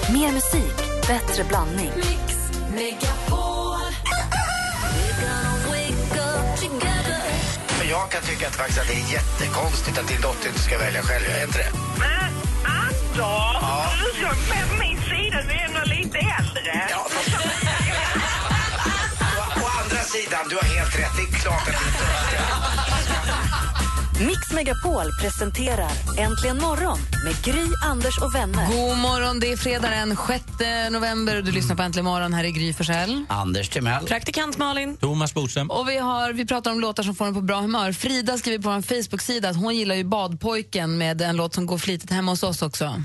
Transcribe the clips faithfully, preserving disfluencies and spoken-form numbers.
Mer musik, bättre blandning. Mix Megapol. Jag kan tycka att, faktiskt att det är jättekonstigt att din dotter inte ska välja själv. Jag är inte det. Men Anders, ja. Du såg med min sida, du är ändå lite äldre. Ja. å, å andra sidan, du har helt rätt. Det är klart att du inte ska. Mix Megapol presenterar Äntligen morgon med Gry, Anders och vänner. God morgon, det är fredag den sjätte november och du lyssnar på Äntligen morgon. Här är Gry Forssell. Anders Timell. Praktikant Malin. Thomas Bodström. Och vi, har, vi pratar om låtar som får en på bra humör. Frida skriver på vår Facebook-sida att hon gillar ju Badpojken med en låt som går flitigt hemma hos oss också.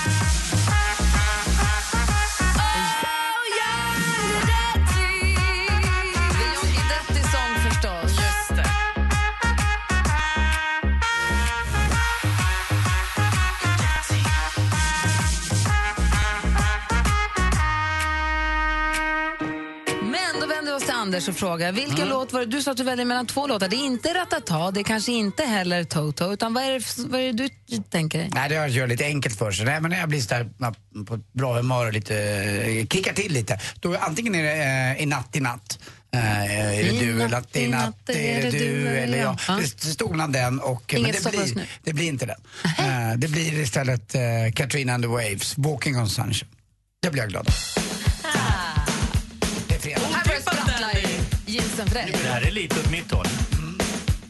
Anders och fråga, vilken mm. låt var det? Du sa att du väljer mellan två låtar. Det är inte Ratata, det är kanske inte heller Toto, utan vad är det, vad är det du tänker dig? Nej, det har jag lite enkelt för sig. Nej, men när jag blir så där på ett bra humör och lite, eh, kickar till lite, då antingen är det eh, i natt i natt. Uh, är det du eller natt i natt, är det du eller jag? Ja. Det stod den och men det, blir, det blir inte den. Uh, det blir istället uh, Katrina and the Waves, Walking on Sunshine. Det blir jag glad av. Det är fredag. Här börjar sprattla i jeansen för dig. Det här är lite åt mitt håll. Mm.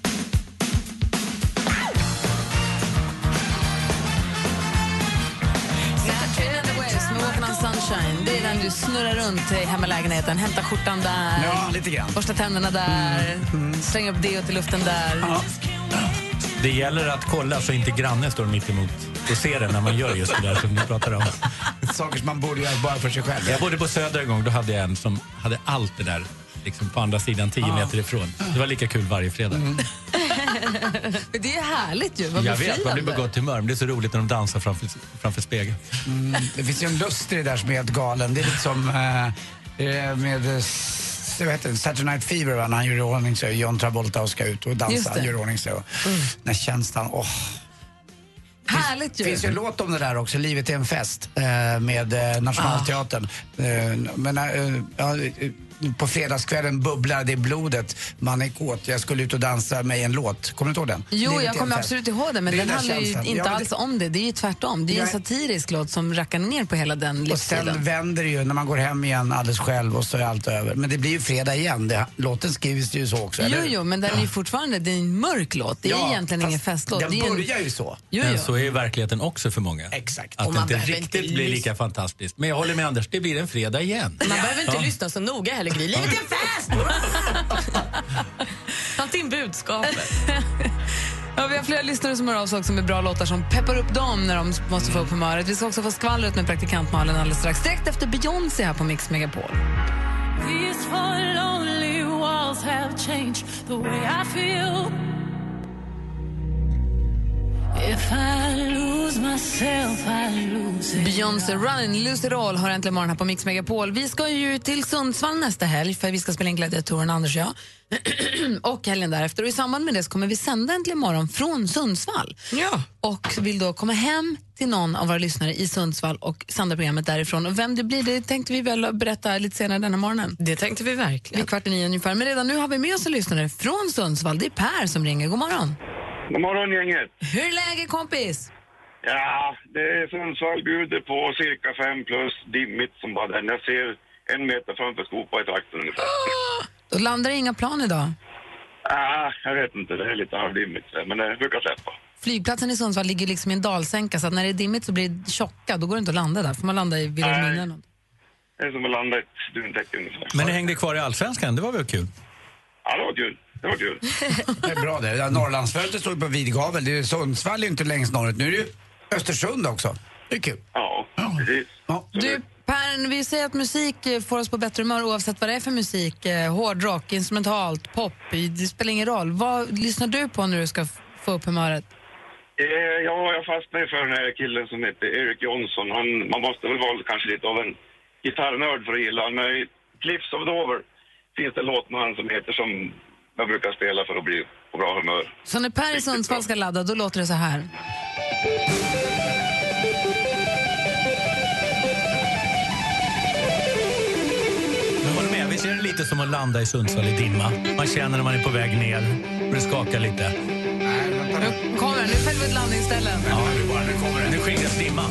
Katrina and the Waves med Walking on Sunshine. Det är den du snurrar runt i hemmalägenheten. Hämtar skjortan där. Ja, lite grann. Borsta tänderna där. Mm. Mm. Slänger upp deot i luften där. Ja. Det gäller att kolla så inte grannen står mitt emot och ser det när man gör just det där som ni pratar om. Saker som man borde göra bara för sig själv. Jag bodde på Söder en gång, då hade jag en som hade allt det där liksom på andra sidan, tio ah. meter ifrån. Det var lika kul varje fredag. Mm. Det är härligt ju, vad jag vet, man blir på gott humör, men det är så roligt när de dansar framför, framför spegeln. Mm. Det finns ju en lust i det där som är helt galen. Det är lite som äh, med jag vet inte, Saturday Night Fever, va? När han gör i ordning så John Travolta och ska ut och dansa, han gör i ordning så. Mm. När känslan, åh. Härligt ju. Det finns ju en låt om det där också, Livet är en fest, eh, med eh, Nationalteatern. Ah. Eh, men eh, ja, på fredagskvällen bubblar det i blodet. Man är kåt. Jag skulle ut och dansa med en låt. Kommer du ihåg den? Jo, Livet jag kommer absolut ihåg den, men den handlar ju inte ja, alls det... om det. Det är ju tvärtom. Det är ju en satirisk låt som rackar ner på hela den livsstilen. Och sen vänder det ju när man går hem igen alldeles själv och så är allt över. Men det blir ju fredag igen. Det, låten skrivs ju så också, eller? Jo, jo, men den är ju fortfarande det är en mörk låt. Det är ja, egentligen ingen festlåt. Den det börjar en... ju så. Jo, men jo. så är verkligheten också för många. Exakt. Att det inte riktigt inte blir lika fantastiskt. Men jag håller med Anders, det blir en fredag igen. Man ja. behöver inte ja. lyssna så noga heller, Gry. Livet är en fest! Ta in budskapet. Ja, vi har flera lyssnare som hör av sig också med bra låtar som peppar upp dem när de måste få upp humöret. Vi ska också få skvallret med praktikant Malin alldeles strax. Direkt efter Beyoncé här på Mix Megapol. These four lonely walls have changed the way I feel. If I lose myself, I lose it. Beyoncé Run, Lose It All har äntligen morgon här på Mix Megapol. Vi ska ju till Sundsvall nästa helg för vi ska spela in Gladiatoren, Anders och jag. Och helgen därefter. Och i samband med det så kommer vi sända äntligen morgon från Sundsvall. Ja. Och vill då komma hem till någon av våra lyssnare i Sundsvall och sända programmet därifrån. Och vem det blir, det tänkte vi väl berätta lite senare denna morgonen. Det tänkte vi verkligen. Vid kvart i nio ungefär. Men redan nu har vi med oss en lyssnare från Sundsvall. Det är Per som ringer. God morgon. God morgon, gänget. Hur är läget, kompis? Ja, det är Sundsvall bjuder på cirka fem plus dimmigt som bara den. Jag ser en meter framför skopa i trakten ungefär. Oh, då landar det inga plan idag? Ja, jag vet inte. Det är lite halvdimmigt, men det brukar släppa. Flygplatsen i Sundsvall ligger liksom i en dalsänka så att när det är dimmigt så blir det tjocka. Då går det inte att landa där. Får man landa i Vilhelmina? Det är som att landa i ett duntäcke ungefär. Men ni hängde kvar i Allsvenskan, det var väl kul? Ja, det var kul. Det var kul. Det är bra det. Ja, Norrlandsfältet står på Vidgavel. Det är Sundsvall är inte längst norrut. Nu är det ju Östersund också. Det är kul. Ja, ja. Precis. Ja. Du, Per, vi säger att musik får oss på bättre humör oavsett vad det är för musik. Hårdrock, instrumentalt, pop. Det spelar ingen roll. Vad lyssnar du på när du ska få upp humöret? Eh, ja, jag fastnade för den här killen som heter Eric Johnson. Han, man måste väl vara kanske lite av en gitarrnörd för att gilla honom. Men i Cliffs of Dover finns det en låt med han som heter som jag brukar spela för att bli på bra humör. Så när Per i Sundsvall ska ladda, då låter det så här. lite som att landa i Sundsvall i dimma. Man känner när man är på väg ner och det skakar lite. Nu kommer den, nu följer vi ett landningsställe. Ja, nu bara, nu kommer den. Nu skingras dimman.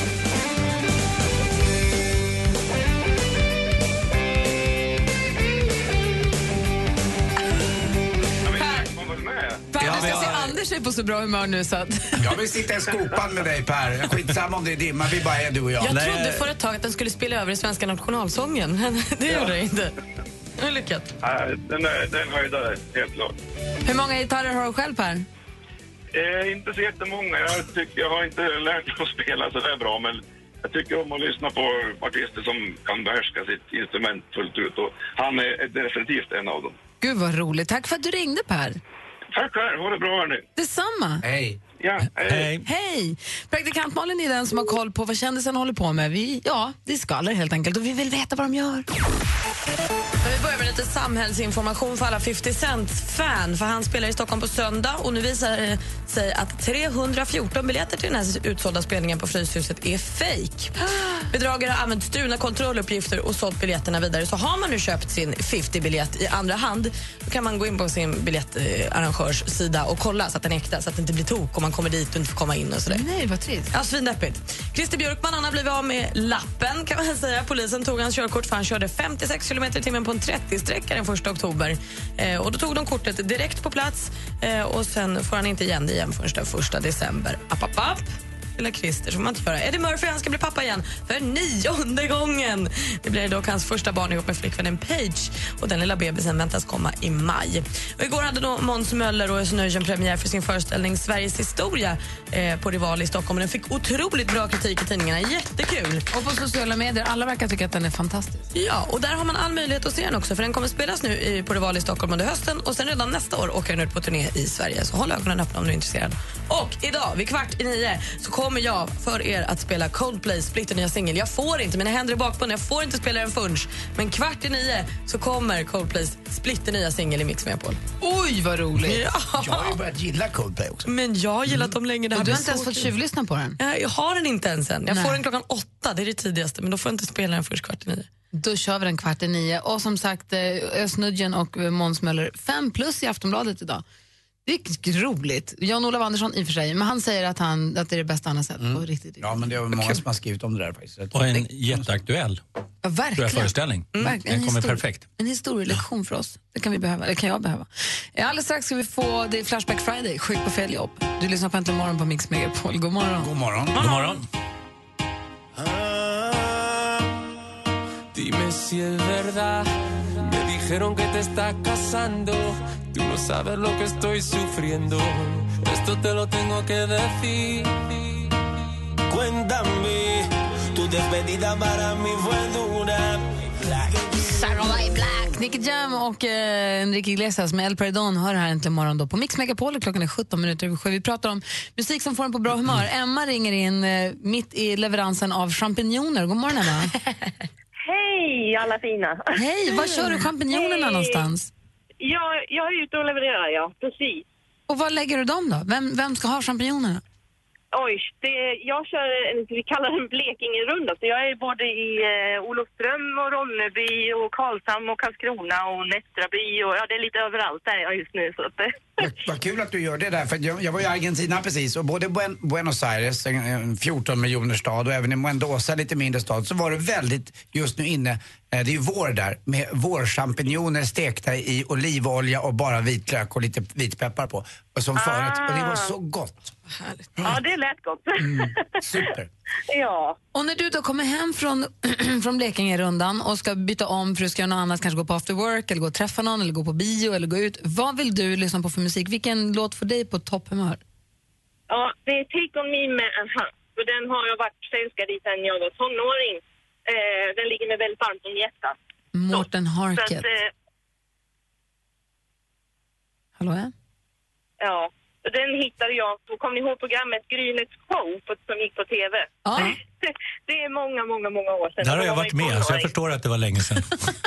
Per, ja, du ska se Anders är på så bra humör nu så att... Jag vill sitta i skopan med dig, Per. Skitsamma om det är dimma, vi bara är du och jag. Jag Nej. trodde för ett tag att den skulle spela över i svenska nationalsången. Det gjorde det inte. Nu är lyckat. Nej, den är, den är höjdare, helt klart. Hur många gitarrer har du själv, Per? Eh, inte så jättemånga. Jag, tycker, jag har inte lärt mig att spela så där bra, men jag tycker om att lyssna på artister som kan behärska sitt instrument fullt ut. Och han är definitivt en av dem. Gud vad roligt. Tack för att du ringde, Per. Tack här, ha det bra hörni. Detsamma. Hej. Ja, hej. Hej. Hej! Praktikant Malin är den som har koll på vad kändisen håller på med. Vi, ja, det är skvaller helt enkelt och vi vill veta vad de gör. Men vi börjar med lite samhällsinformation för alla femtio Cent-fan. För han spelar i Stockholm på söndag och nu visar det sig att trehundrafjorton biljetter till den här utsålda spelningen på Fryshuset är fake. Bedragare har använt stulna kontrolluppgifter och sålt biljetterna vidare. Så har man nu köpt sin femtio-biljett i andra hand, då kan man gå in på sin biljettarrangörs sida och kolla så att den är äkta, så att det inte blir tok om man kommer dit och inte får komma in och sådär. Nej, vad trist. Ja, svindeppigt. Christer Björkman, han har blivit av med lappen, kan man säga. Polisen tog hans körkort för han körde femtiosex kilometer i timmen på en trettio-sträcka den första oktober. Eh, och då tog de kortet direkt på plats eh, och sen får han inte igen det igen förrän den första december. App, app, app. Lilla Christer, som man inte göra. Eddie Murphy, han ska bli pappa igen för nionde gången. Det blir dock hans första barn ihop med flickvännen Paige och den lilla bebisen väntas komma i maj. Och igår hade då Måns Möller och Özz Nujen premiär för sin föreställning Sveriges historia eh, på Rival i Stockholm. Den fick otroligt bra kritik i tidningarna, jättekul. Och på sociala medier, alla verkar tycka att den är fantastisk. Ja, och där har man all möjlighet att se den också, för den kommer spelas nu i, på Rival i Stockholm under hösten och sen redan nästa år åker den ut på turné i Sverige. Så håll ögonen öppna om du är intresserad. Och idag, vid kvart i nio, så kommer jag för er att spela Coldplays splitternya singel. Jag får inte, mina händer är bakbundna, jag får inte spela den förrän. Men kvart i nio så kommer Coldplays splitternya singel i Mix Megapol. Oj, vad roligt. Ja. Jag har ju börjat gilla Coldplay också. Men jag har gillat dem länge. Det Och här du har blir inte ens så fått kul. tjuvlyssna på den? Jag har den inte ens än. Jag Nej. får den klockan åtta, det är det tidigaste. Men då får jag inte spela den först kvart i nio. Då kör vi den kvart i nio. Och som sagt, Özz Nujen och Måns Möller, fem plus i Aftonbladet idag. Det är roligt. Jan-Olof Andersson i och för sig, men han säger att, han, att det är det bästa han har sett. Mm. Och riktigt, riktigt. Ja, men det är många som har skrivit om det där faktiskt. Och en jätteaktuell Ja, verkligen. föreställning. Mm. Verkligen. Den kommer histori- perfekt. En historielektion för oss. Det kan vi behöva, det kan jag behöva. Alldeles strax ska vi få det är Flashback Friday, sjuk på fel jobb. Du lyssnar på Äntligen morgon på Mix Megapol. God morgon. God morgon. God morgon. Dime si es verdad, me dijeron que te estás casando, tú no sabes lo que estoy sufriendo, esto te lo tengo que decir. Cuéntame, tu despedida para mí fue dura. Saturday Black, Nicky Jam och eh, Enrique Iglesias med El Perdón hör här Äntligen morgon då på Mix Megapol. Klockan är sjutton minuter över sju. Vi pratar om musik som får en på bra humör. Emma ringer in eh, mitt i leveransen av champinjoner. God morgon, Emma. Hej alla fina. Hej, var kör du champinjonerna Hej. någonstans? Jag, jag är ute och levererar, ja. Precis. Och var lägger du dem då? Vem, vem ska ha champinjonerna? Oj, det, jag kör en, vi kallar den Blekinge-runda. Så jag är både i eh, Olofström och Ronneby och Karlshamn och Karlskrona och Nättraby. Och, ja, det är lite överallt där jag just nu. Så att, Vad, vad kul att du gör det där, för jag, jag var i Argentina precis och både Buen, Buenos Aires, en, en fjorton miljoner stad, och även i Mendoza, lite mindre stad, så var det väldigt just nu inne, eh, det är ju vår där, med vårchampinjoner stekta i olivolja och bara vitlök och lite vitpeppar på. Och som förrätt, och det var så gott. Härligt. ja, det lät gott. Mm, super. ja. Och när du då kommer hem från, från Blekinge-rundan och ska byta om för att ska göra något annat, kanske gå på after work eller gå och träffa någon eller gå på bio eller gå ut. Vad vill du lyssna på för musik? Vilken låt får dig på topphumör? ja, det är Take On Me med Aha. Och den har jag varit förälskad i sedan jag var tonåring. Eh, den ligger mig väldigt varmt om hjärtat. Morten Så Harket. att, eh, Hallå, ja? ja. Och den hittade jag på, kommer ni ihåg programmet Grynets show på, som gick på tv? Ja. Det är många, många, många år sedan. Där har Då jag var varit man ju med, så jag tonåring. förstår att det var länge sedan.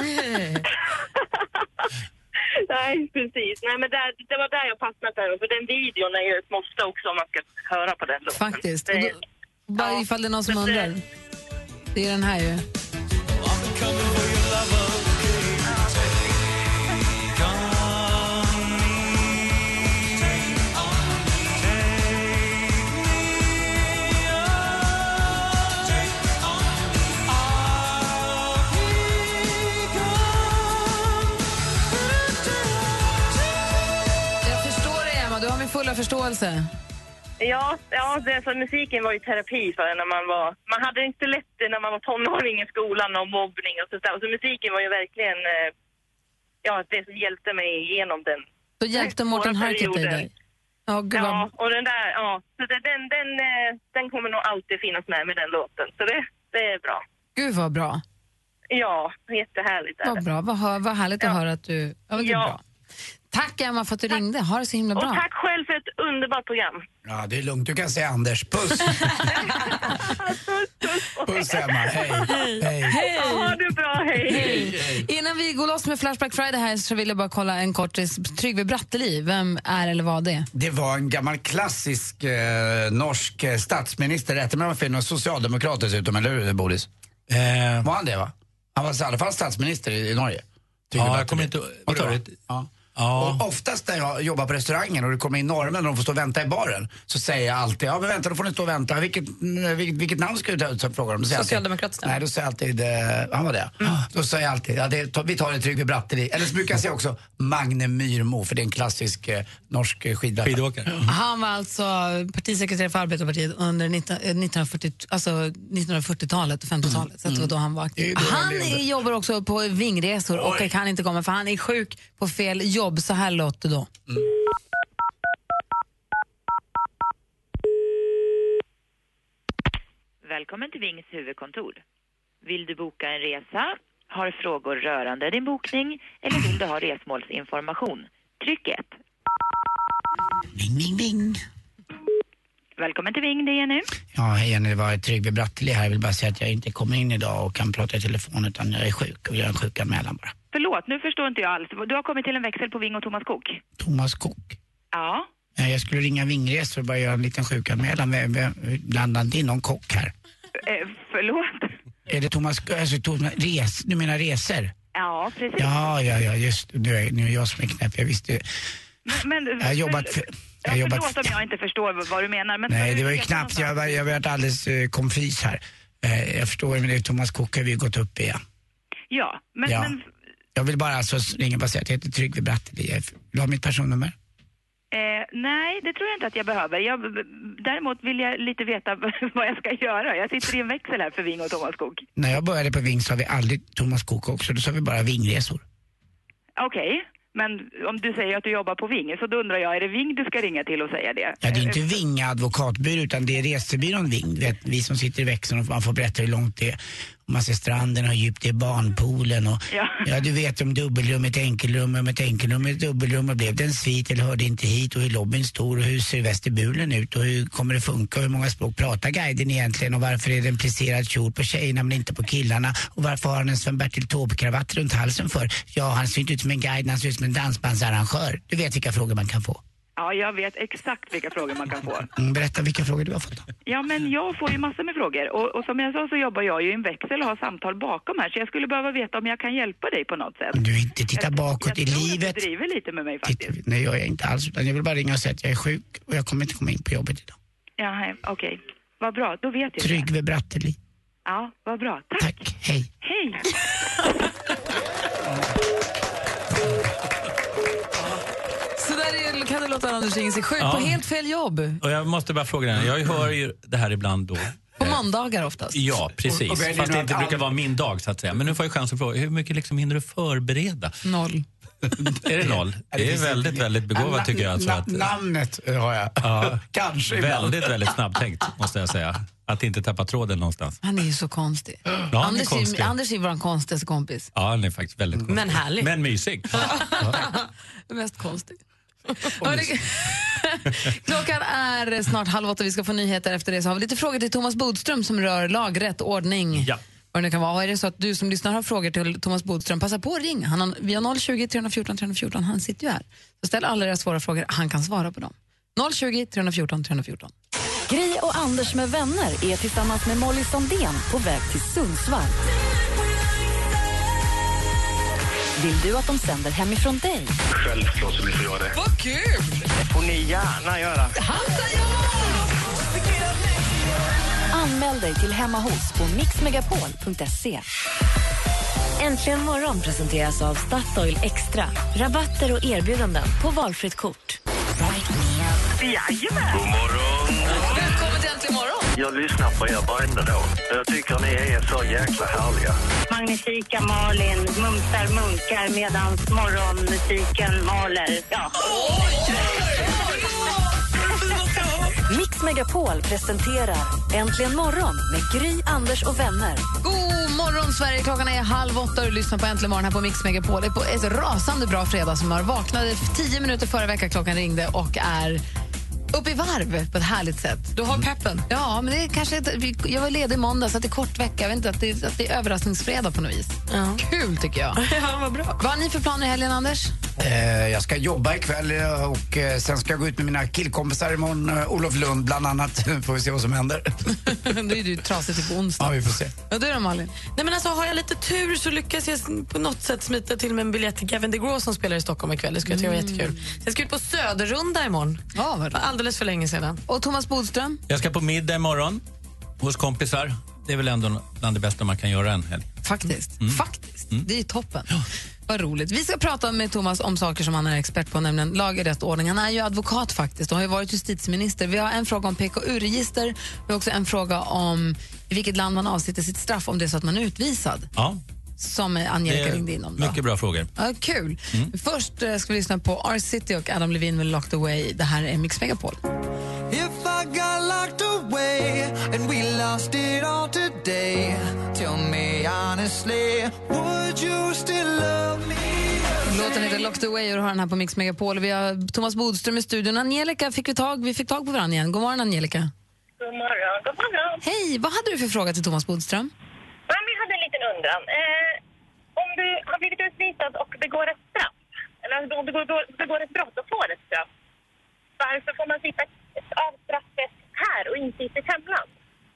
Nej, precis. Nej, men där, det var där jag fastnade där. För den videon är ju ett måste också om man ska höra på den låten. Faktiskt. Och Det, då, bara ja. ifall det är någon som Men det- undrar. Det är den här ju. förståelse. Ja, ja det, så musiken var ju terapi för när man var... Man hade inte lätt det när man var tonåring i skolan och mobbning och sådär. Så musiken var ju verkligen... Eh, ja, det som hjälpte mig igenom den. Då hjälpte Morten Harket dig? Ja, gud, ja, vad... och den där... Ja, så det, den, den, eh, den kommer nog alltid finnas med med den låten. Så det, det är bra. Gud, vad bra. Ja, jättehärligt är det. Vad bra, vad, vad härligt ja. att höra att du... Ja, det är ja. bra. Tack Emma för att du tack. ringde. Ha det så himla bra. Och tack själv för ett underbart program. Ja, det är lugnt. Du kan säga Anders. Puss! puss, puss. Puss Emma. Hej. Hej. Hej. Hej. Ja, ha det bra. Hej. Hej. Hej. Innan vi går loss med Flashback Friday här så vill jag bara kolla en kort. Trygve Bratteli, vem är eller vad det är? Det var en gammal klassisk eh, norsk statsminister. Rätt med fel, socialdemokrat dessutom, eller hur Boris? Eh. Var han det va? Han var i alla fall statsminister i, i Norge. Trygve ja, jag kommer inte... Vad tror du? Ja. Ja. Och oftast när jag jobbar på restaurangen och det kommer in norrmän och de får stå och vänta i baren så säger jag alltid, ja men vänta då får ni stå och vänta. Vilket, vilket, vilket namn ska du ta ut? Så frågar de. Socialdemokrat. Nej, då säger jag alltid, eh, han var det. Mm. Då säger jag alltid, ja, det, vi tar en Trygve Bratteli. Eller så brukar jag säga också Magne Myrmo, för det är en klassisk eh, norsk skidåkare. Skidåkare. Mm. Han var alltså partisekreterare för Arbetarpartiet under nittonhundrafyrtio, alltså nittonhundrafyrtiotalet och femtiotalet. Mm. Så det var då han var aktiv. Han jobbar också på vingresor och Oj. kan inte komma för han är sjuk på fel jobb. Så här låter då. Mm. Välkommen till Vings huvudkontor. Vill du boka en resa? Har frågor rörande din bokning? Eller vill du ha resmålsinformation? Tryck ett. Ving, ving, ving. Välkommen till Ving, det är Jenny. Ja, hej Jenny, det var Trygve Bratteli här. Jag vill bara säga att jag inte kommer in idag och kan prata i telefon utan jag är sjuk och jag är en sjukanmälan bara. Förlåt, nu förstår inte jag alls. Du har kommit till en växel på Ving och Thomas Cook. Thomas Cook? Ja. Jag skulle ringa Vingresor och bara göra en liten sjukanmälan. Blandade inte in någon kock här. Eh, förlåt? Är det Thomas, alltså Thomas, res, du menar resor? Ja, precis. Ja, ja, ja, just nu är, nu är jag som är knäpp, jag visste. Men, men, jag har jobbat för, jag har jobbat förlåt om jag inte förstår vad du menar. Men nej, det var ju knappt, jag var, jag var alldeles uh, konfis här. Uh, jag förstår, men det är Thomas Cook har vi gått upp igen. Ja, men... Ja. men... Jag vill bara alltså ringa och säga att jag heter Trygve Bratteli. Vill du ha mitt personnummer? Eh, nej, det tror jag inte att jag behöver. Jag, däremot vill jag lite veta vad jag ska göra. Jag sitter i en växel här för Ving och Thomas Cook. När jag började på Ving så har vi aldrig Thomas Cook också. Då sa vi bara Vingresor. Okej, okay. Men om du säger att du jobbar på Ving så då undrar jag, är det Ving du ska ringa till och säga det? Ja, det är inte Ving advokatbyrå utan det är resebyrån Ving. Du vet, vi som sitter i växeln och man får berätta hur långt det är. Man ser stranden, hur djupt det är barnpoolen och ja. ja, du vet om dubbelrummet, enkelrum, om ett enkelrum, ett dubbelrum och blev det en svit eller hörde inte hit och hur lobbyn stor och hur ser vestibulen ut och hur kommer det funka och hur många språk pratar guiden egentligen och varför är det en plisserad kjol på tjejerna men inte på killarna och varför har han en Sven-Bertil Taube-kravatt runt halsen för? Ja, han ser inte ut som en guide, han ser ut som en dansbandsarrangör. Du vet vilka frågor man kan få. Ja, jag vet exakt vilka frågor man kan få. Mm, berätta vilka frågor du har fått. Ja, men jag får ju massor med frågor. Och, och som jag sa så jobbar jag ju i en växel och har samtal bakom här. Så jag skulle behöva veta om jag kan hjälpa dig på något sätt. Du inte titta jag, bakåt jag i tror livet. Jag driver lite med mig faktiskt. Titta, nej, jag är inte alls. Utan jag vill bara ringa och säga att jag är sjuk och jag kommer inte komma in på jobbet idag. Ja, okej. Okay. Vad bra, då vet jag. Trygve Bratteli. Ja, vad bra. Tack. Tack, hej. Hej. Så där är, kan det låta Anders ringa sig sjuk ja. på helt fel jobb. Och jag måste bara fråga dig, jag hör ju det här ibland då. På måndagar oftast. Ja, precis. Och, och fast det inte brukar vara min dag så att säga. Men nu får jag chans att fråga, hur mycket liksom hinner du förbereda? Noll. Är det noll? Det är väldigt, väldigt begåvat tycker jag. Alltså att, namnet har jag. Ja, kanske väldigt, väldigt snabbtänkt måste jag säga. Att inte tappa tråden någonstans. Han är ju så konstig. Ja, Anders, är konstig. Är, Anders är vår konstigaste kompis. Ja, han är faktiskt väldigt konstig. Men härlig. Men mysig. Ja. Mest konstig. Klockan är snart halv åtta, vi ska få nyheter efter det. Så har vi lite frågor till Thomas Bodström som rör lagrätt, ordning. Ja. Vad det kan vara. Och är det så att du som lyssnar har frågor till Thomas Bodström, passa på att ringa. Han har, vi har noll tjugo, tre fjorton, tre fjorton, han sitter ju här. Så ställ alla era svåra frågor, han kan svara på dem. noll tjugo, tre fjorton, tre fjorton. Gry och Anders med vänner är tillsammans med Molly Sandén på väg till Sundsvall. Vill du att de sänder hemifrån dig? Självklart som ni får göra det. Vad kul! Det får ni gärna göra. Hata ja! Anmäl dig till Hemma hos på mix megapol punkt se. Äntligen morgon presenteras av Statoil Extra. Rabatter och erbjudanden på valfritt kort. Jajamän. God morgon. Välkommen till Äntligen morgon. Jag lyssnar på er varenda dag. Jag tycker ni är så jäkla härliga. Magnifika Malin mumsar munkar medan morgonmusiken maler. Ja. Mix Megapol presenterar Äntligen morgon med Gry, Anders och vänner. God morgon Sverige, klockan är halv åtta och du lyssnar på Äntligen morgon här på Mix Megapol. Det är på ett rasande bra fredag som har vaknade tio minuter före vecka klockan ringde och är upp i varv på ett härligt sätt. Du har peppen. Ja, men det är kanske ett, jag var ledig i måndag så att det är kort vecka. Jag vet inte, att det, att det är överraskningsfredag på något vis. Ja. Kul tycker jag. Ja, vad bra. Vad har ni för planer i helgen, Anders? Eh, jag ska jobba ikväll och eh, sen ska jag gå ut med mina killkompisar imorgon. Eh, Olof Lund bland annat. Får vi se vad som händer. Då är du trasigt till på onsdag. Ja, vi får se. Och du då, Malin? Nej, men alltså, har jag lite tur så lyckas jag på något sätt smita till med en biljett till Gavin DeGraw som spelar i Stockholm ikväll. Det skulle jag tycka var jättekul. Så jag ska ut på Söderrunda imorgon. Ja, vad För alldeles för länge sedan. Och Thomas Bodström? Jag ska på middag imorgon hos kompisar. Det är väl ändå bland det bästa man kan göra en helg. Faktiskt. Mm. Faktiskt. Mm. Det är toppen. Ja. Vad roligt. Vi ska prata med Thomas om saker som han är expert på, nämligen lag i rätt ordning. Han är ju advokat faktiskt och har ju varit justitieminister. Vi har en fråga om P K U-register. Vi har också en fråga om i vilket land man avsitter sitt straff om det är så att man är utvisad. Ja. Som Angelica ringde in om. Då. Mycket bra frågor. Ja, kul. Mm. Först uh, ska vi lyssna på R-City och Adam Levine med Locked Away. Det här är Mix Megapol. If I got locked away and we lost it all today, tell me honestly, would you still love me? Låten heter Locked Away och du har den här på Mix Megapol. Vi har Thomas Bodström i studion. Angelica fick vi tag, vi fick tag på varandra igen. God morgon, Angelica. God morgon, god morgon. Hej, vad hade du för fråga till Thomas Bodström? Ja, men jag hade en liten undran. Eh, om du har blivit utvisad och begår ett straff, eller om du begår, begår ett brott och får ett straff, varför får man sitta av straffet här och inte i sitt hemland?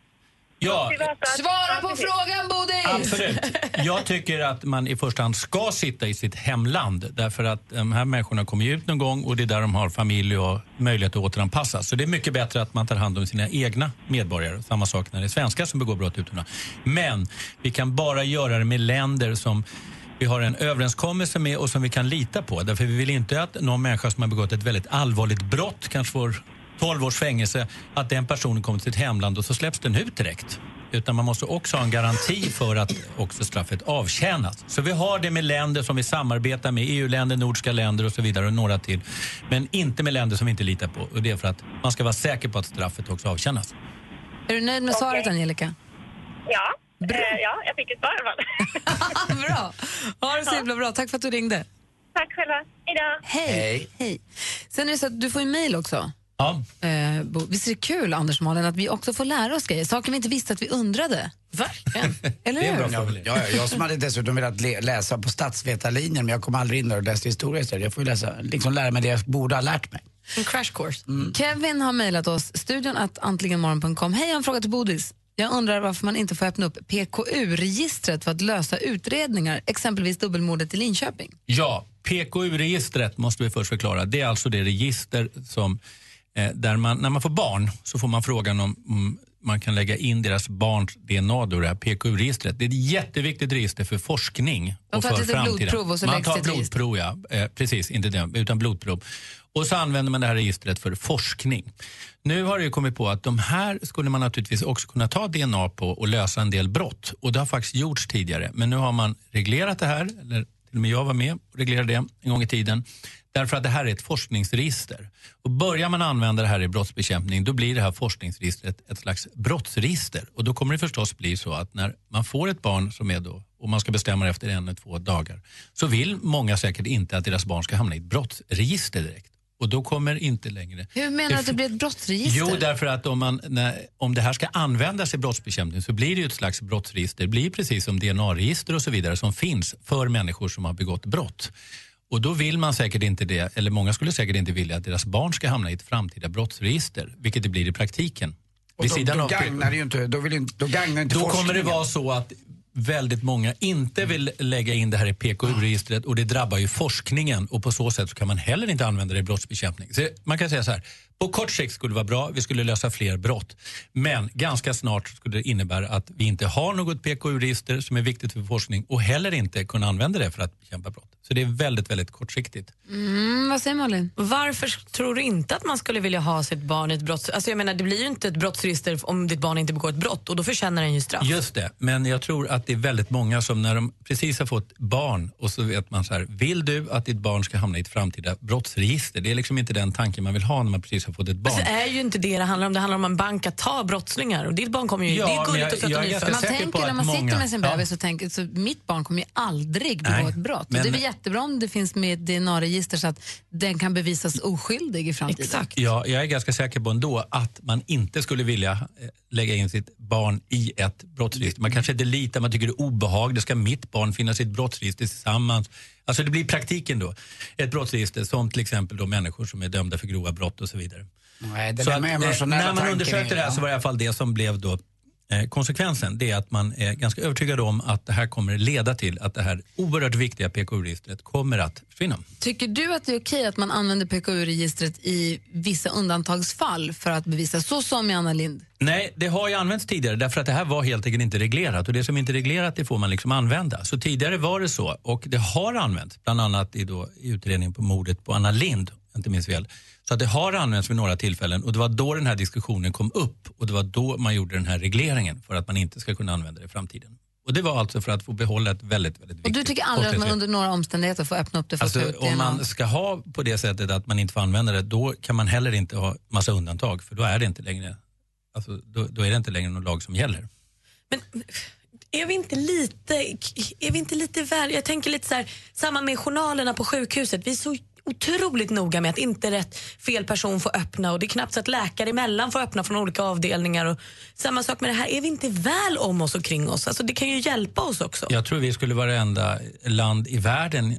Ja, svara på frågan, Bodil! absolut. Jag tycker att man i första hand ska sitta i sitt hemland. Därför att de här människorna kommer ut någon gång och det är där de har familj och möjlighet att återanpassa. Så det är mycket bättre att man tar hand om sina egna medborgare. Samma sak när det är svenskar som begår brott utomlands. Men vi kan bara göra det med länder som vi har en överenskommelse med och som vi kan lita på. Därför vi vill inte att någon människa som har begått ett väldigt allvarligt brott kanske får tolv års fängelse, att den personen kommer till sitt hemland och så släpps den ut direkt. Utan man måste också ha en garanti för att också straffet avtjänas. Så vi har det med länder som vi samarbetar med, E U-länder, nordiska länder och så vidare och några till. Men inte med länder som vi inte litar på. Och det är för att man ska vara säker på att straffet också avtjänas. Är du nöjd med okay. svaret, Angelica? Ja, bra. Eh, ja, jag fick ett svar i alla fall. Bra. Ha det så himla bra. Tack för att du ringde. Tack själva. Hejdå. Hej. Hej. Hej. Sen är det så att du får ju mejl också. Ja. Eh, visst är det kul, Anders Malin, att vi också får lära oss grejer. Saker vi inte visste att vi undrade. Verkligen. Eller Det är en hur? bra fråga. Ja, ja, jag som hade dessutom velat le- läsa på statsvetarlinjen, men jag kom aldrig in där och läste historia istället. Jag får ju läsa, liksom lära mig det jag borde ha lärt mig. En crash course. Mm. Kevin har mejlat oss, studion att antligenmorgon punkt com. Hej, jag har en fråga till Bodis. Jag undrar varför man inte får öppna upp P K U-registret för att lösa utredningar, exempelvis dubbelmordet i Linköping. Ja, P K U-registret måste vi först förklara. Det är alltså det register som eh, där man, när man får barn så får man frågan om, om man kan lägga in deras barns D N A då, det här P K U-registret. Det är ett jätteviktigt register för forskning och för framtiden. Blodprov och så man tar läggs det blodprov, ja. Eh, precis, inte det, utan blodprov. Och så använder man det här registret för forskning. Nu har det ju kommit på att de här skulle man naturligtvis också kunna ta D N A på och lösa en del brott. Och det har faktiskt gjorts tidigare. Men nu har man reglerat det här, eller till och med jag var med och reglerade det en gång i tiden. Därför att det här är ett forskningsregister. Och börjar man använda det här i brottsbekämpning, då blir det här forskningsregistret ett slags brottsregister. Och då kommer det förstås bli så att när man får ett barn som är då, och man ska bestämma det efter en eller två dagar, så vill många säkert inte att deras barn ska hamna i ett brottsregister direkt. Och då kommer inte längre... Hur menar du att det blir ett brottsregister? Jo, därför att om, man, när, om det här ska användas i brottsbekämpning så blir det ju ett slags brottsregister. Det blir precis som D N A-register och så vidare som finns för människor som har begått brott. Och då vill man säkert inte det, eller många skulle säkert inte vilja att deras barn ska hamna i ett framtida brottsregister, vilket det blir i praktiken. Och då, då, gagnar det ju inte, då, vill inte, då gagnar inte Då forskningen. kommer det vara så att väldigt många inte vill lägga in det här i P K U-registret och det drabbar ju forskningen och på så sätt så kan man heller inte använda det i brottsbekämpning. Så man kan säga så här, På kort sikt skulle det vara bra, vi skulle lösa fler brott. Men ganska snart skulle det innebära att vi inte har något P K U-register som är viktigt för forskning och heller inte kunna använda det för att bekämpa brott. Så det är väldigt, väldigt kortsiktigt. Mm, vad säger Malin? Varför tror du inte att man skulle vilja ha sitt barn i ett brotts... Alltså jag menar, det blir ju inte ett brottsregister om ditt barn inte begår ett brott och då förtjänar den ju straff. Just det, men jag tror att det är väldigt många som när de precis har fått barn och så vet man så här, vill du att ditt barn ska hamna i ett framtida brottsregister? Det är liksom inte den tanken man vill ha när man precis har fått ett barn. Men det är ju inte det det handlar om, det handlar om en bank att ta brottslingar och ditt barn kommer ju, ja, det är gulligt att sätta jag, för. Man tänker när man många, sitter med sin bebis ja. och tänker, så mitt barn kommer ju aldrig begå Nej, ett brott. men, och det är väl jättebra om det finns med ett D N A-register så att den kan bevisas oskyldig i framtiden. Exakt. Ja, jag är ganska säker på ändå att man inte skulle vilja lägga in sitt barn i ett brottsregister. Man kanske inte litar, man tycker det är obehagligt. Ska mitt barn finnas i ett brottsregister tillsammans? Alltså det blir praktiken då. Ett brottsregister som till exempel då människor som är dömda för grova brott och så vidare. Nej, det så där att, med eh, när man undersökte det här så var det i alla fall det som blev då eh, konsekvensen. Det är att man är ganska övertygad om att det här kommer leda till att det här oerhört viktiga P K U-registret kommer att försvinna. Tycker du att det är okej att man använder P K U-registret i vissa undantagsfall för att bevisa, så som i Anna Lind? Nej, det har ju använts tidigare därför att det här var helt enkelt inte reglerat och det som inte är reglerat det får man liksom använda. Så tidigare var det så och det har använts bland annat i, då, i utredningen på mordet på Anna Lind, inte minst väl. Så att det har använts vid några tillfällen och det var då den här diskussionen kom upp och det var då man gjorde den här regleringen för att man inte ska kunna använda det i framtiden. Och det var alltså för att få behålla ett väldigt, väldigt viktigt... Och du tycker aldrig att man under några omständigheter får öppna upp det för alltså, att ta ut om man ska ha på det sättet att man inte får använda det, då kan man heller inte ha massa undantag för då är det inte längre, alltså, då, då är det inte längre någon lag som gäller. Men är vi inte lite, är vi inte lite väl, jag tänker lite så här, samma med journalerna på sjukhuset, vi är så otroligt noga med att inte rätt fel person får öppna och det är knappt så att läkare emellan får öppna från olika avdelningar och samma sak med det här, är vi inte väl om oss och kring oss? Alltså det kan ju hjälpa oss också. Jag tror vi skulle vara det enda land i världen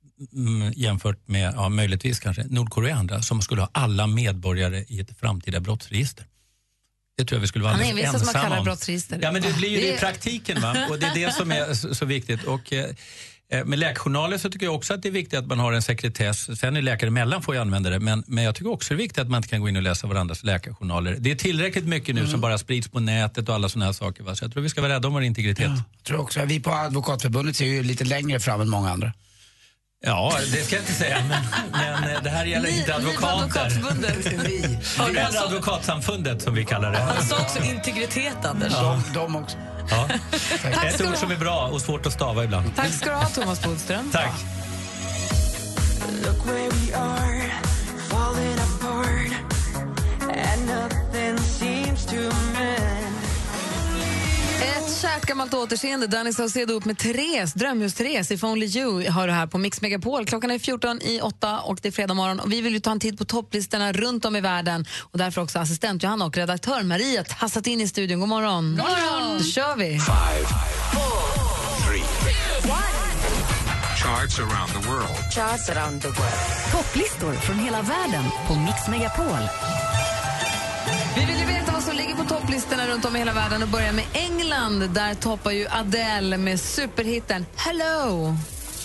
mm, jämfört med, ja, möjligtvis kanske Nordkorea och andra som skulle ha alla medborgare i ett framtida brottsregister. Det tror jag vi skulle vara alldeles ensamma om. Han är vissa som man kallar brottsregister. Ja, men det blir ju det det i praktiken va? Och det är det som är så, så viktigt och eh, med läkarjournaler så tycker jag också att det är viktigt att man har en sekretess. Sen är läkare emellan får jag använda det. Men, men jag tycker också det är viktigt att man inte kan gå in och läsa varandras läkarjournaler. Det är tillräckligt mycket nu mm. som bara sprids på nätet och alla sådana här saker. Va? Så jag tror vi ska vara rädda om vår integritet. Ja, jag tror också. Vi på Advokatförbundet ser ju lite längre fram än många andra. Ja, det ska jag inte säga. Men, men det här gäller ni, inte advokater. Vi det är advokatsamfundet som vi kallar det. Han sa också integritet, Anders. Ja. De, de också. Ja. Ett ord som är bra och svårt att stava ibland. Tack ska du ha, Thomas Bodström. Tack. Look where we are, falling apart, and nothing seems to mend. Ett kärt gammalt återseende. Danny Saucedo upp med Therese, drömhus Therese, If Only You har du här på Mix Megapol. Klockan är fjorton i åtta och det är fredag morgon och vi vill ju ta en tid på topplistorna runt om i världen och därför också assistent Johanna och redaktör Maria tassat in i studion. God morgon. God morgon. Då kör vi. Five, four, three, charts around the world. Charts around the world. Topplistor från hela världen på Mix Megapol. Vi vill ju veta vad som ligger på topplistorna runt om i hela världen och börjar med England. Där toppar ju Adele med superhitten Hello.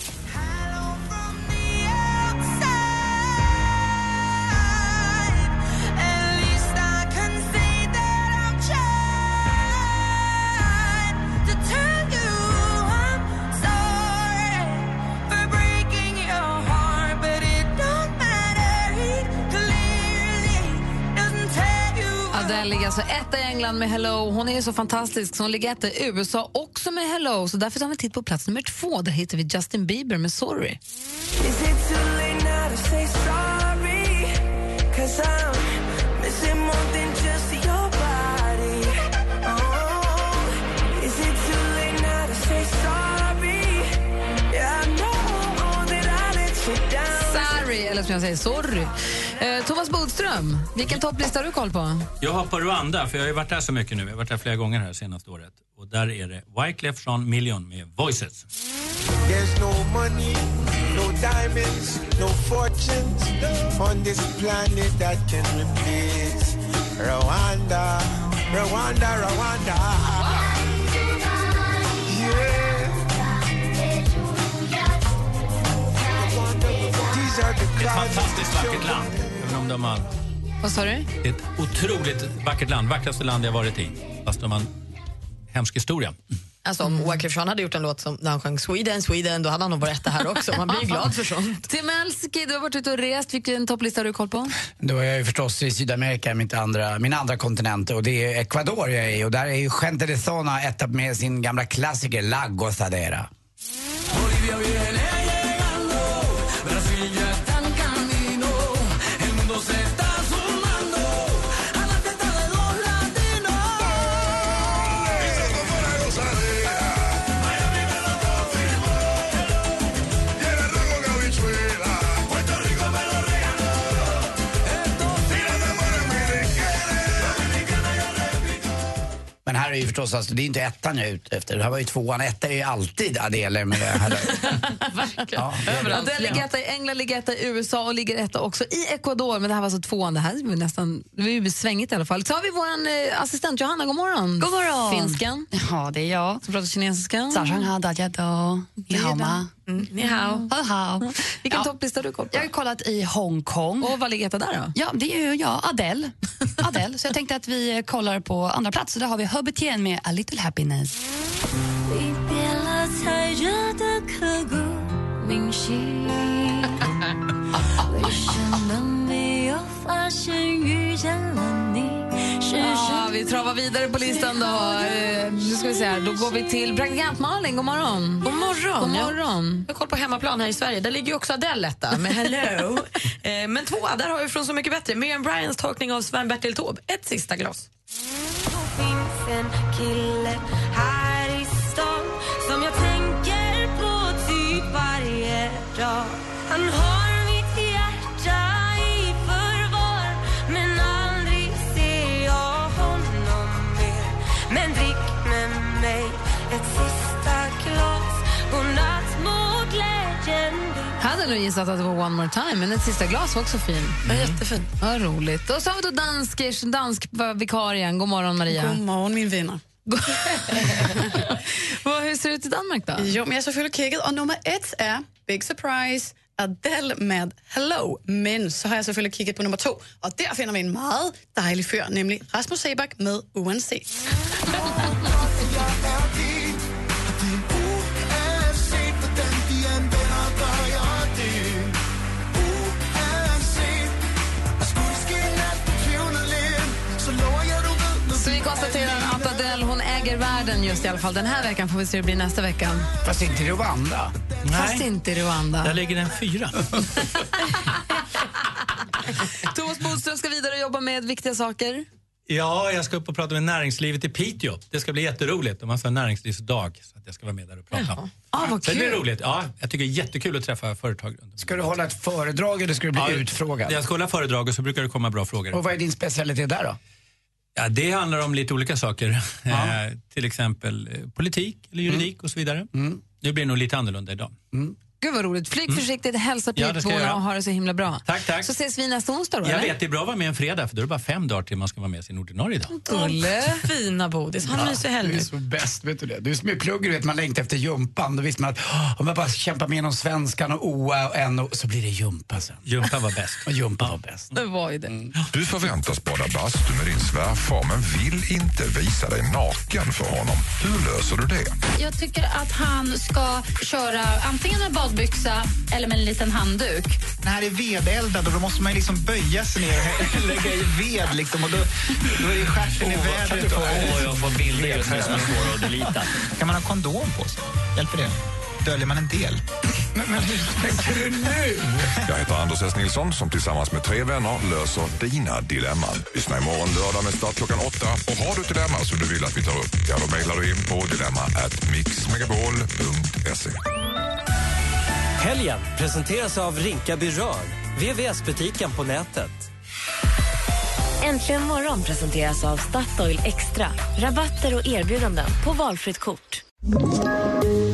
Adele ligger alltså etta i England med Hello. Hon är så fantastisk så hon ligger etta i U S A också med Hello. Så därför tar vi en titt på plats nummer två. Där hittar vi Justin Bieber med Sorry. Is it too late now to say sorry? 'Cause I'm missing more than just your body. Oh, is it too late now to say sorry? Yeah, I know that I let you down. Sorry, eller som jag säger, sorry. Eh, Thomas Bodström, vilken topplista har du koll på? Jag har på Rwanda, för jag har ju varit där så mycket nu. Jag har varit där flera gånger här senaste året. Och där är det Wyclef Jean Million med Voices. There's no money, no diamonds, no fortunes on this planet that can replace Rwanda, Rwanda, Rwanda. Yeah. Det är ett fantastiskt vackert land. Även om de har Vad sa du? Det är ett otroligt vackert land, vackraste land jag varit i. Fast de har en hemsk historia. Alltså om Wyclef Jean hade gjort en låt som när han sjöng Sweden, Sweden, då hade han nog varit det här också. Man blir glad för sånt. Tim Elski, du har varit ute och rest. Vilken topplista har du koll på? Då är jag ju förstås i Sydamerika, mitt andra, min andra kontinent. Och det är Ecuador jag är i. Och där är ju Gente de Zona etapp med sin gamla klassiker La Gozadera. Men här är ju förstås, alltså, det är inte ettan jag är ute efter. Det här var ju tvåan. Etta är ju alltid Adele med det här. Ja, Adele ligger etta i England, ligger etta i U S A och ligger etta också i Ecuador. Men det här var alltså tvåan. Det här är nästan, det var ju svängigt i alla fall. Så har vi vår eh, assistent Johanna, god morgon. God morgon. Finskan. Ja, det är jag. Som pratar kinesiska. Ni hao ma. Ni hao. Hao hao. Vilken topplista har du koll på? Jag har kollat i Hongkong. Och vad ligger etta där då? Ja, det är ju jag, Adele. Adele. Så jag tänkte att vi kollar på andra plats. Så där har vi Hubbertien med A Little Happiness. Ja, vi travar vidare på listan då. Eh, nu ska vi se här. Då går vi till praktikant Malin. God morgon. God morgon. God morgon. Jag har koll på hemmaplan här i Sverige. Där ligger ju också Adele etta med Hello. eh, men två, där har vi från Så mycket bättre. Miriam Bryans tolkning av Sven-Bertil Taube. Ett sista glas. Det finns en kille här i stan som jag tänker på typ varje dag. Han har mitt hjärta i förvar, men aldrig ser jag honom mer. Men drick med mig ett sista glas. Godnatt må glädjen bli. Hade nog gissat att det var One More Time, men ett sista glas var också fin. Mm. Ja, jättefin. Vad roligt. Och så har vi då danskers, dansk vikarien. God morgon Maria. God morgon min vänner. Hur ser det ut i Danmark då? Jo, men jag så selvfølgelig kigget, och nummer ett är Big Surprise, Adele med Hello. Men så har jag selvfølgelig kigget på nummer två, och där finner vi en meget dejlig fyr, nämligen Rasmus Seebach med U N C. Så vi konstaterar att Adele, hon äger världen just i alla fall den här veckan. Får vi se hur det blir nästa vecka. Fast inte i Rwanda. Fast inte i Rwanda. Där ligger en fyra. Thomas Bodström ska vidare och jobba med viktiga saker. Ja, jag ska upp och prata med näringslivet i Piteå. Det ska bli jätteroligt. De har en näringslivsdag så att jag ska vara med där och prata. Ja. Ah, vad så kul. det blir roligt. Ja, jag tycker det är jättekul att träffa företag. Ska du hålla ett föredrag eller ska du bli Ja, utfrågad? Jag ska hålla föredrag och så brukar det komma bra frågor. Och vad är din specialitet där då? Ja, det handlar om lite olika saker. Ja. Eh, till exempel eh, politik eller juridik mm. och så vidare. Mm. Det blir nog lite annorlunda idag. Mm. Gud vad roligt. Flyg försiktigt, mm. hälsa Ja, det ska jag pitborna göra. och ha det så himla bra. Tack, tack. Så ses vi nästa onsdag då, Jag eller? vet, det är bra att vara med en fredag för då är det bara fem dagar till man ska vara med sin ordinarie dag. Gulle. Fina Bodis. Han Ja, myser helg du är nu. så bäst, vet du det. Du är som i plugg, vet man längtar efter jumpan. Då visste man att oh, om jag bara kämpar med genom svenskan och O A och N O så blir det jumpa sen. Jumpa var bäst. Och jumpa var bäst. Det var ju det. Mm. Du förväntas bada bastu med din svärfar men vill inte visa dig naken för honom. Hur löser du det? Jag tycker att han ska köra antingen med badbyxa eller med en liten handduk. Det här är vedeldad och då måste man ju liksom böja sig ner och lägga i ved liksom, och då, då är ju stjärten i vädret. Åh, oh, jag får bilder just nu som är svåra att delita. Kan man ha kondom på sig? Hjälper det? Döljer man en del? Men, men hur tänker du nu? Jag heter Anders S. Nilsson som tillsammans med tre vänner löser dina dilemman. Lyssna imorgon lördag med start klockan åtta. Och har du ett dilemma som du vill att vi tar upp, ja då mejlar du in på dilemma at mixmegapol punkt se. Helgen presenteras av Rinkaby Rör, V V S-butiken på nätet. Äntligen morgon presenteras av Statoil Extra. Rabatter och erbjudanden på valfritt kort.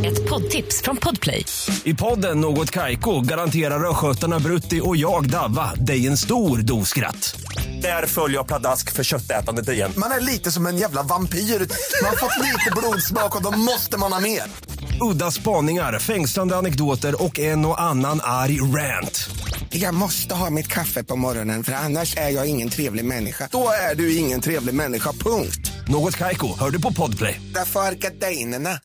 Ett poddtips från Podplay. I podden Något Kaiko garanterar östgötarna Brutti och jag Davva dig en stor dos skratt. Där följer jag pladask för köttätandet igen. Man är lite som en jävla vampyr. Man har fått lite blodsmak och då måste man ha mer. Udda spaningar, fängslande anekdoter och en och annan arg rant. Jag måste ha mitt kaffe på morgonen för annars är jag ingen trevlig människa. Då är du ingen trevlig människa, punkt. Något Kaiko, hör du på Podplay. Därför är gardinerna.